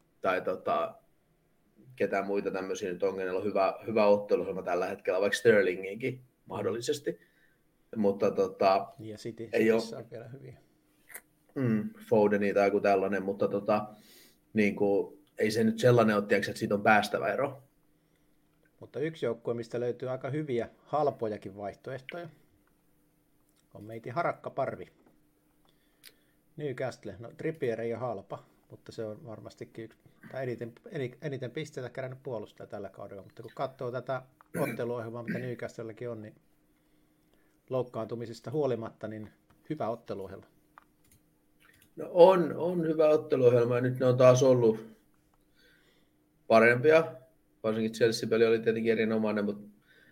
ketään muita tämmöisiä nyt on, kenellä on hyvä ottelusoma tällä hetkellä, vaikka Sterlinginkin mahdollisesti. Mutta ja City ei ole on vielä hyviä. Fodeni tai joku tällainen, mutta niin kuin, ei se nyt sellainen ole, että siitä on päästävä ero. Mutta yksi joukkue, mistä löytyy aika hyviä, halpojakin vaihtoehtoja, on meiti harakkaparvi. Newcastle, no Trippier ei ole halpa, mutta se on varmastikin yksi, tai eniten pisteitä kerännyt puolustaja tällä kaudella, mutta kun katsoo tätä otteluohjelmaa, mitä Newcastlellakin on, niin loukkaantumisista huolimatta, niin hyvä otteluohjelma. No on hyvä otteluohjelma, ja nyt ne on taas ollut parempia, varsinkin Chelsea-peli oli tietenkin erinomainen, mutta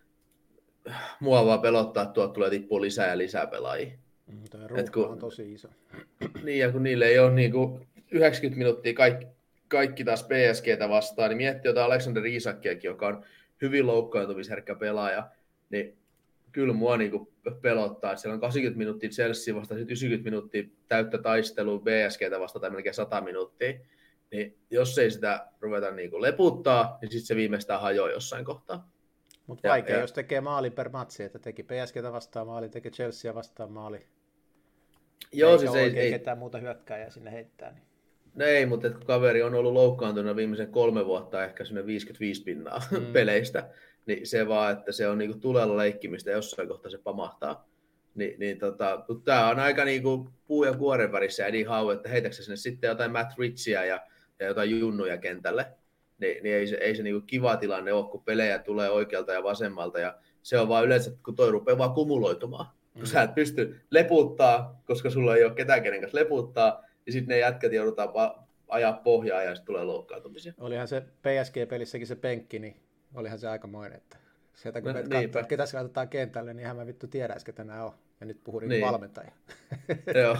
mua vaan pelottaa, että tuolta tulee tippua lisää ja lisää pelaajia. Tuo ruuhka on tosi iso. Niin, ja kun niille ei ole niin kuin 90 minuuttia kaikki taas PSGtä vastaan, niin miettii jotain Alexander Isakkiakin, joka on hyvin loukkaantumisherkkä pelaaja, niin kyllä mua niin kuin pelottaa, että siellä on 80 minuuttia Chelsea vastaan, 90 minuuttia täyttä taistelua BSGtä vastaan tai melkein 100 minuuttia, niin jos ei sitä ruveta niin kuin leputtaa, niin sitten se viimeistään hajoaa jossain kohtaa. Mutta vaikea, jos tekee maalin per matsi, että teki PSGtä vastaan maali, teki Chelsea vastaan maali. Joo, eikä siis ei ketään muuta hyökkääjää sinne heittää. Niin. No ei, mutta kun kaveri on ollut loukkaantunut viimeisen 3 vuotta ehkä sinne 55 pinnaa peleistä, niin se vaan, että se on niinku tulella leikkimistä ja jossain kohtaa se pamahtaa. Tämä on aika niinku puu ja kuoren värissä Eddie Howe, että heitäksä sinne sitten jotain Matt Ritchia ja jotain junnuja kentälle. Niin ei se niinku kiva tilanne ole, kun pelejä tulee oikealta ja vasemmalta. Ja se on vaan yleensä, kun toi rupeaa vaan kumuloitumaan. Kun sä et pysty leputtaa, koska sulla ei ole ketään kenen kanssa leputtaa, niin sitten ne jätkät joudutaan ajaa pohjaa ja sitten tulee loukkaantumisia. Olihan se PSG-pelissäkin se penkki, niin olihan se aikamoinen, että sieltä kun katsoo, ketä se laitetaan kentälle, niin ihan mä vittu tiedäis, ketä nämä on. Ja nyt puhuu niin valmentaja. Joo,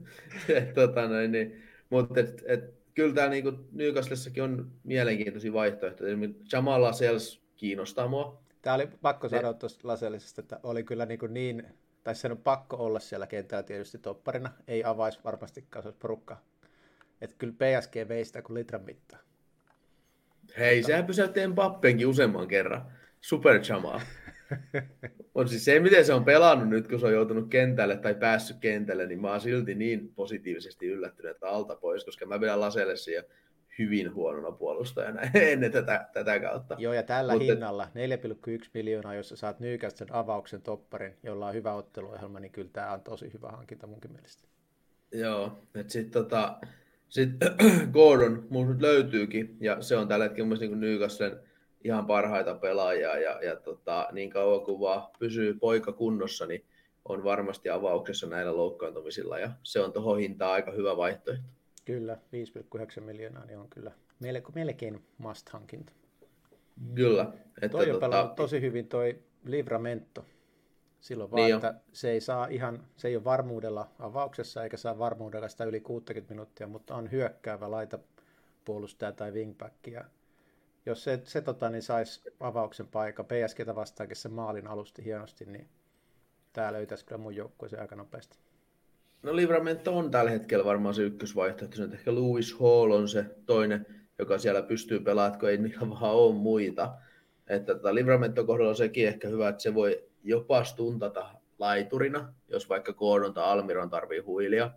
niin. Mutta kyllä täällä niinku Newcastlessakin on mielenkiintoisia vaihtoehtoja. Jamal Lascelles kiinnostaa mua. Tämä oli pakko sanoa tuosta Lascellesista, että oli kyllä niin, tai sen on pakko olla siellä kentällä tietysti topparina. Ei avaisi varmastikaan, se olisi porukka. Että kyllä PSG vei sitä kuin litran mittaa. Hei, sehän pysäytti Mbappenkin useamman kerran. Super Jamal. On siis se, miten se on pelannut nyt, kun se on joutunut kentälle tai päässyt kentälle, niin mä oon silti niin positiivisesti yllättynyt, että alta pois, koska mä pidän Lascellessia hyvin huonona puolustajana ennen tätä kautta. Joo, ja tällä hinnalla 4,1 miljoonaa, jos sä saat Newcastlen avauksen topparin, jolla on hyvä otteluohjelma, niin kyllä tämä on tosi hyvä hankinta munkin mielestä. Joo, että sitten Gordon mun nyt löytyykin, ja se on tällä hetkellä mun niin Newcastlen ihan parhaita pelaajia, ja niin kauan kuin vaan pysyy poika kunnossa, niin on varmasti avauksessa näillä loukkaantumisilla, ja se on tuohon hintaan aika hyvä vaihtoehto. Kyllä, 5,9 miljoonaa, niin on kyllä melkein must-hankinta. Kyllä. Toi on pelannut tosi hyvin toi Livramento. Silloin vaan, että se ei ole varmuudella avauksessa, eikä saa varmuudella sitä yli 60 minuuttia, mutta on hyökkäävä laitapuolustaja tai wingback. Ja jos se niin saisi avauksen paikka, PSGtä vastaankin se maalin alusti hienosti, niin tää löytäisi kyllä mun joukkueeseen aika nopeasti. No Livramento on tällä hetkellä varmaan se ykkösvaihtoehto, että ehkä Lewis Hall on se toinen, joka siellä pystyy pelaamaan, kun ei niillä vaan ole muita. Että Livramento kohdalla on sekin ehkä hyvä, että se voi jopa stuntata laiturina, jos vaikka Gordon tai Almiron tarvii huilia.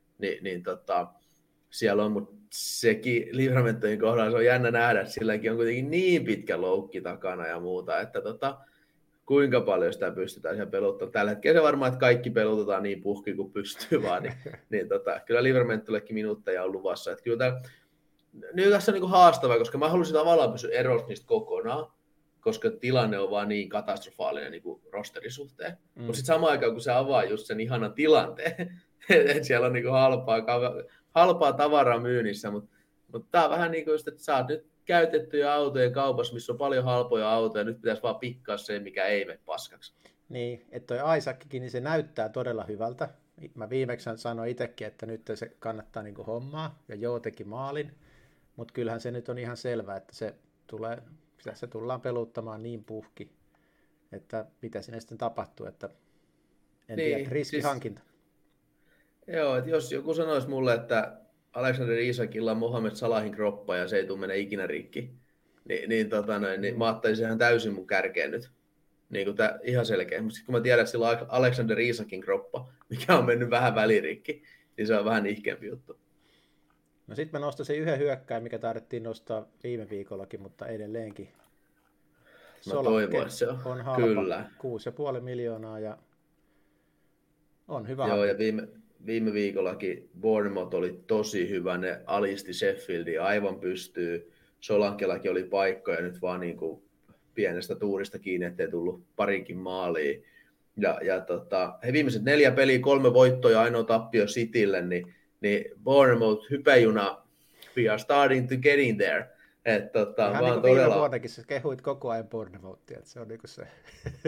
Siellä on, mutta sekin Livramentojen kohdalla se on jännä nähdä, että silläkin on kuitenkin niin pitkä loukki takana ja muuta, että kuinka paljon sitä pystytään siellä peluttamaan. Tällä hetkellä se varmaan, että kaikki pelutetaan niin puhki kuin pystyy vaan, kyllä Livramentollekin minuutteja on luvassa. Että kyllä nyt tässä on niin haastavaa, koska mä haluaisin tavallaan pysyä erossa niistä kokonaan, koska tilanne on vaan niin katastrofaalinen niin kuin rosterin suhteen. Mutta sitten samaan aikaan, kun se avaa just sen ihanan tilanteen, että siellä on niin halpaa tavaraa myynnissä, mutta tämä on vähän niin kuin just, että sä oot nyt käytettyjä autoja kaupassa, missä on paljon halpoja autoja, nyt pitäisi vaan pikkaa se, mikä ei mene paskaksi. Niin, että toi Isaackin, niin se näyttää todella hyvältä. Mä viimeksi sanoin itsekin, että nyt se kannattaa niin kuin hommaa, ja joo teki maalin, mutta kyllähän se nyt on ihan selvää, että se tullaan peluttamaan niin puhki, että mitä sinne sitten tapahtuu, että en tiedä, riskihankinta. Siis, joo, että jos joku sanoisi mulle, että Alexander Isakilla on Mohamed Salahin kroppa ja se ei tule mene ikinä rikki, niin mä ottaisin ihan täysin mun kärkeen nyt. Niin ihan selkeä. Mutta kun mä tiedän, että sillä on Alexander Isakin kroppa, mikä on mennyt vähän välirikki, niin se on vähän ihkeämpi juttu. No sitten mä nostaisin yhden hyökkäin, mikä taidettiin nostaa viime viikollakin, mutta edelleenkin. Mä toivon, että se on halpa. Kyllä. 6,5 miljoonaa ja on hyvä. Joo, ja viime viikollakin Bournemouth oli tosi hyvä, ne alisti Sheffieldia aivan pystyy. Solankellakin oli paikkoja nyt vaan niin kuin pienestä tuurista kiinni, ettei tullut parinkin maaliin. He viimeiset 4 peliä, 3 voittoa ja ainoa tappio Citylle, niin Bournemouth hypäjuna, we are starting to get in there. Ihan niin kuin viime vuonnakin, sä kehuit koko ajan Bournemouthia, että se on niin kuin se.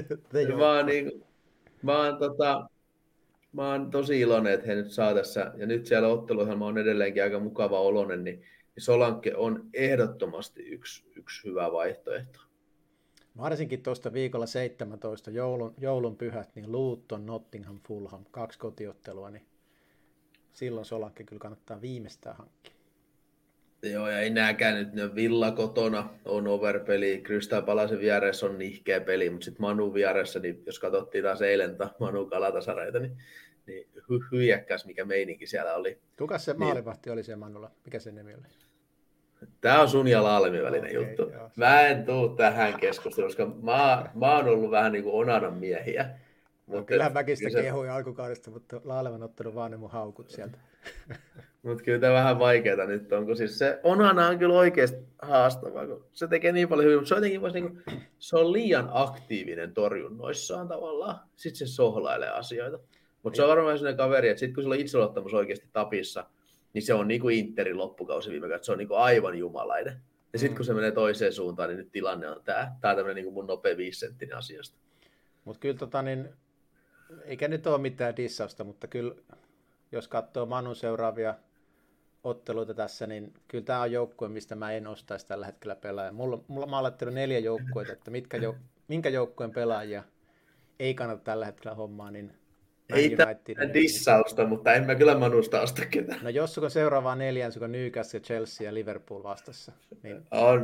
Mä oon tosi iloinen, että he nyt saa tässä, ja nyt siellä otteluohjelma on edelleenkin aika mukava oloinen, niin Solanke on ehdottomasti yksi hyvä vaihtoehto. Varsinkin tuosta viikolla 17 joulun pyhät, niin Luton, Nottingham, Fulham, 2 kotiottelua, niin silloin Solanke kyllä kannattaa viimeistään hankkia. Joo, ja ei nääkään nyt, ne Villa kotona on overpeli, Crystal Palacen vieressä on nihkeä peli, mutta sitten Manu vieressä, niin jos katsottiin taas eilen Manu Galatasareita, niin hyjäkkäs mikä meininki siellä oli. Kuka se maalivahti oli siellä Manulla? Mikä se nimi oli? Tämä on sun ja Laalemin välinen juttu. Joo, mä en tuu tähän keskusteluun, koska mä oon ollut vähän niin kuin Onanan miehiä. No, kyllähän mäkin sitä kehuin alkukaudesta, mutta Laalev on ottanut vaan ne mun haukut sieltä. Mutta kyllä tämä vähän vaikeaa nyt on, kun siis se Onana on kyllä oikeasti haastavaa, kun se tekee niin paljon hyvin, mutta se on jotenkin se on liian aktiivinen torjunnoissaan tavallaan. Sitten se sohlailee asioita. Mutta se on varmaan sellainen kaveri, että sitten kun sillä on itseluottamus oikeasti tapissa, niin se on niin kuin Interin loppukausi viime kautta, se on niin kuin aivan jumalainen. Ja sitten kun se menee toiseen suuntaan, niin nyt tilanne on tämä. Tämä on tämmöinen niin kuin mun nopea 5-senttinen asiasta. Mutta kyllä eikä nyt ole mitään dissausta, mutta kyllä jos katsoo Manun seuraavia otteluita tässä, niin kyllä tämä on joukkue, mistä mä en ostaisi tällä hetkellä pelaajia. Mä oon laittanut 4 joukkueita, että minkä joukkueen pelaajia ei kannata tällä hetkellä hommaa, niin ei tämä dissausta, mutta en mä kyllä Manusta osta ketään. No jos sulla seuraavaa 4, sulla Newcastle, Chelsea ja Liverpool vastassa. Niin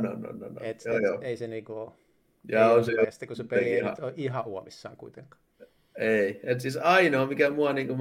ei se niinku ole. Ja sitten kun se peli ei ole ihan uomissaan kuitenkaan. Ei, et siis ainoa mikä mua niinku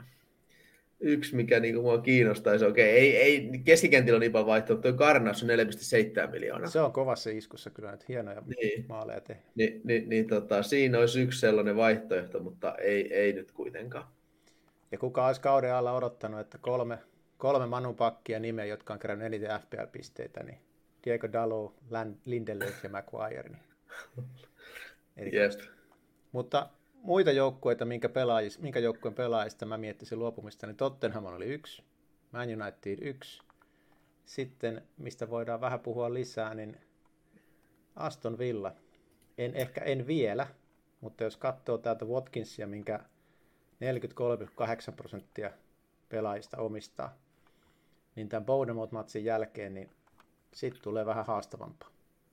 mikä niinku mua kiinnostaisi, ei keskikentillä on niin paljon vaihtoehtoja, tuo Garnas on 4,7 miljoonaa. Se on kovassa iskussa kyllä, että hienoja maaleja tehdä. Siinä olisi yksi sellainen vaihtoehto, mutta ei nyt kuitenkaan. Ja kuka olisi kauden alla odottanut, että kolme Manun pakkia nimeä, jotka on kerännyt eniten FPL-pisteitä, niin Diego Dalot, Lindelöf ja Maguire. Niin. Yes. Mutta muita joukkueita, minkä joukkueen pelaajista mä miettisin luopumista, niin Tottenham oli 1, Man United 1. Sitten, mistä voidaan vähän puhua lisää, niin Aston Villa. En vielä, mutta jos katsoo täältä Watkinsia, minkä 43,8% pelaajista omistaa, niin tämän Bournemouth-matsin jälkeen, niin sitten tulee vähän haastavampaa.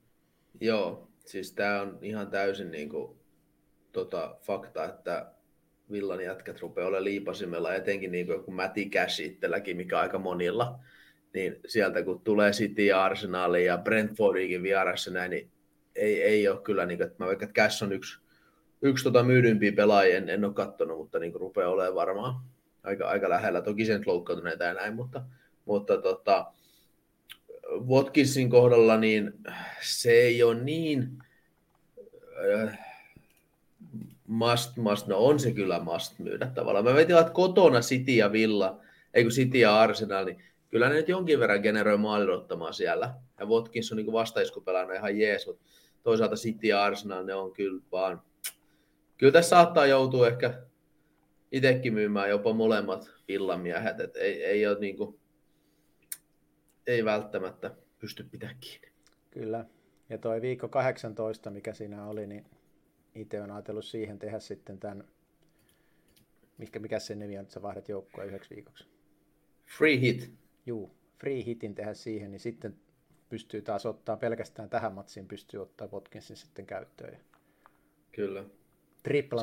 Joo, siis tämä on ihan täysin niinku, fakta, että Villan jätkät rupeaa olemaan liipasimella, etenkin niin kuin joku Matty Cash itselläkin, mikä aika monilla. Niin sieltä kun tulee City ja Arsenal ja Brentfordikin vieressä näin, niin ei ole kyllä, niin kuin, että mä vaikka että Cash on yksi myydympiä pelaajia, en ole katsonut, mutta niin kuin rupeaa olemaan varmaan aika lähellä. Toki sen loukkaantuneita ja näin, mutta Watkinsin kohdalla niin se ei ole niin must, no on se kyllä must myydä tavallaan. Mä vetin, että kotona City ja Villa, ei kun City ja Arsenal, niin kyllä ne nyt jonkin verran generoi maalirottamaan siellä. Ja Watkins on niin vastaiskupelana ihan jees, mutta toisaalta City ja Arsenal, ne on kyllä vaan... Kyllä tässä saattaa joutua ehkä itsekin myymään jopa molemmat Villan miehet, että ei ole niin kuin, ei välttämättä pysty pitämään kiinni. Kyllä. Ja toi viikko 18, mikä siinä oli, niin itse on ajatellut siihen tehdä sitten tämän, mikä sen nimi on, että sä vaihdat joukkueen 1 viikoksi. Free hit. Juu, free hitin tehdä siihen, niin sitten pystyy taas ottaa pelkästään tähän matsiin, pystyy ottaa Watkinsin sitten käyttöön. Kyllä. Tripla.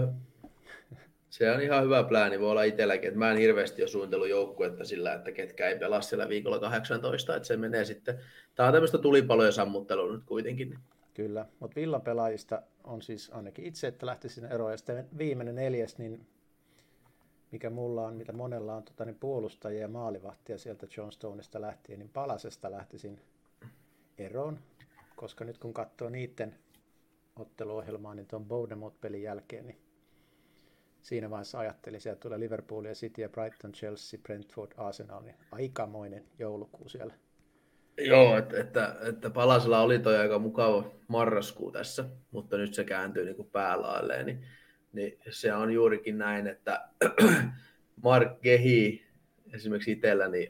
Se on ihan hyvä plääni, voi olla itselläkin, että mä en hirveästi ole suunnitellut joukkuetta sillä, että ketkä ei pelaa siellä viikolla 18, että se menee sitten, tää on tämmöistä tulipalojen sammuttelua nyt kuitenkin. Kyllä, mutta Villan pelaajista on siis ainakin itse, että lähti sinne eroon, ja sitten viimeinen 4, niin mikä mulla on, mitä monella on niin puolustajia ja maalivahtia sieltä John Stonesta lähtien, niin Palasesta lähtisin eroon, koska nyt kun katsoo niiden otteluohjelmaa, niin tuon Bournemouth-pelin jälkeen, niin siinä vaiheessa ajattelin, sieltä tulee Liverpool ja City ja Brighton, Chelsea, Brentford, Arsenal, niin aikamoinen joulukuu siellä. Joo, että Palasella oli toi aika mukava marraskuu tässä, mutta nyt se kääntyy niin kuin päälailleen, niin se on juurikin näin, että Mark Gehi esimerkiksi itselläni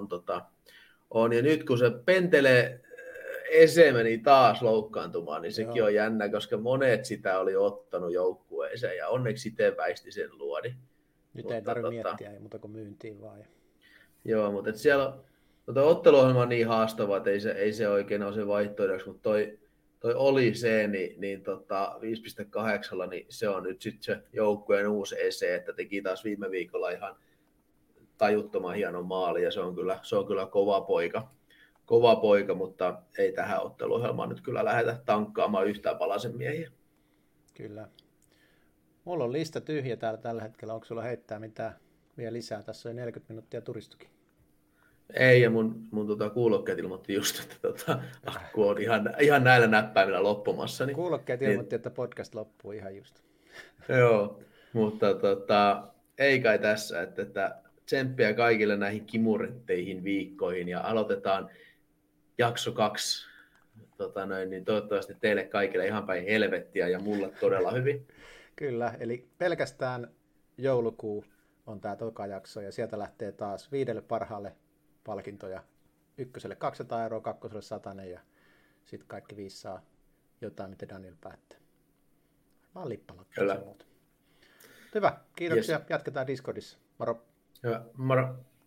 on, ja nyt kun se pentelee Ese meni taas loukkaantumaan, niin sekin on jännä, koska monet sitä oli ottanut joukkueeseen, ja onneksi itse väisti sen luodi. Nyt ei tarvitse miettiä, ei muuta kuin myyntiin vaan. Joo, mutta siellä otteluohjelma on niin haastava, että ei se oikein ole se vaihtoehdoksi, mutta toi oli se, niin 5.8, niin se on nyt sitten se joukkueen uusi ese, että teki taas viime viikolla ihan tajuttoman hienon maali, ja se on kyllä kova poika, mutta ei tähän otteluohjelmaan nyt kyllä lähdetä tankkaamaan yhtään Palasen miehiä. Kyllä. Mulla on lista tyhjä täällä tällä hetkellä. Onko sulla heittää mitään vielä lisää? Tässä on 40 minuuttia turistukin. Ei, ja mun kuulokkeet ilmoitti just, että akku on ihan näillä näppäimillä loppumassa. Kuulokkeet ilmoitti, että podcast loppuu ihan just. Joo, mutta ei kai tässä, että tsemppiä kaikille näihin kimuretteihin viikkoihin, ja aloitetaan jakso 2. Niin toivottavasti teille kaikille ihan päin helvettiä ja mulle todella hyvin. Kyllä, eli pelkästään joulukuu on tämä toka jakso, ja sieltä lähtee taas 5 parhaalle palkintoja. 1 200 euroa, 2 100 ja sitten kaikki 5 saa jotain, mitä Daniel päättää. Vaan lippalappu. Kyllä. Hyvä, kiitoksia. Yes. Jatketaan Discordissa. Moro. Hyvä, moro.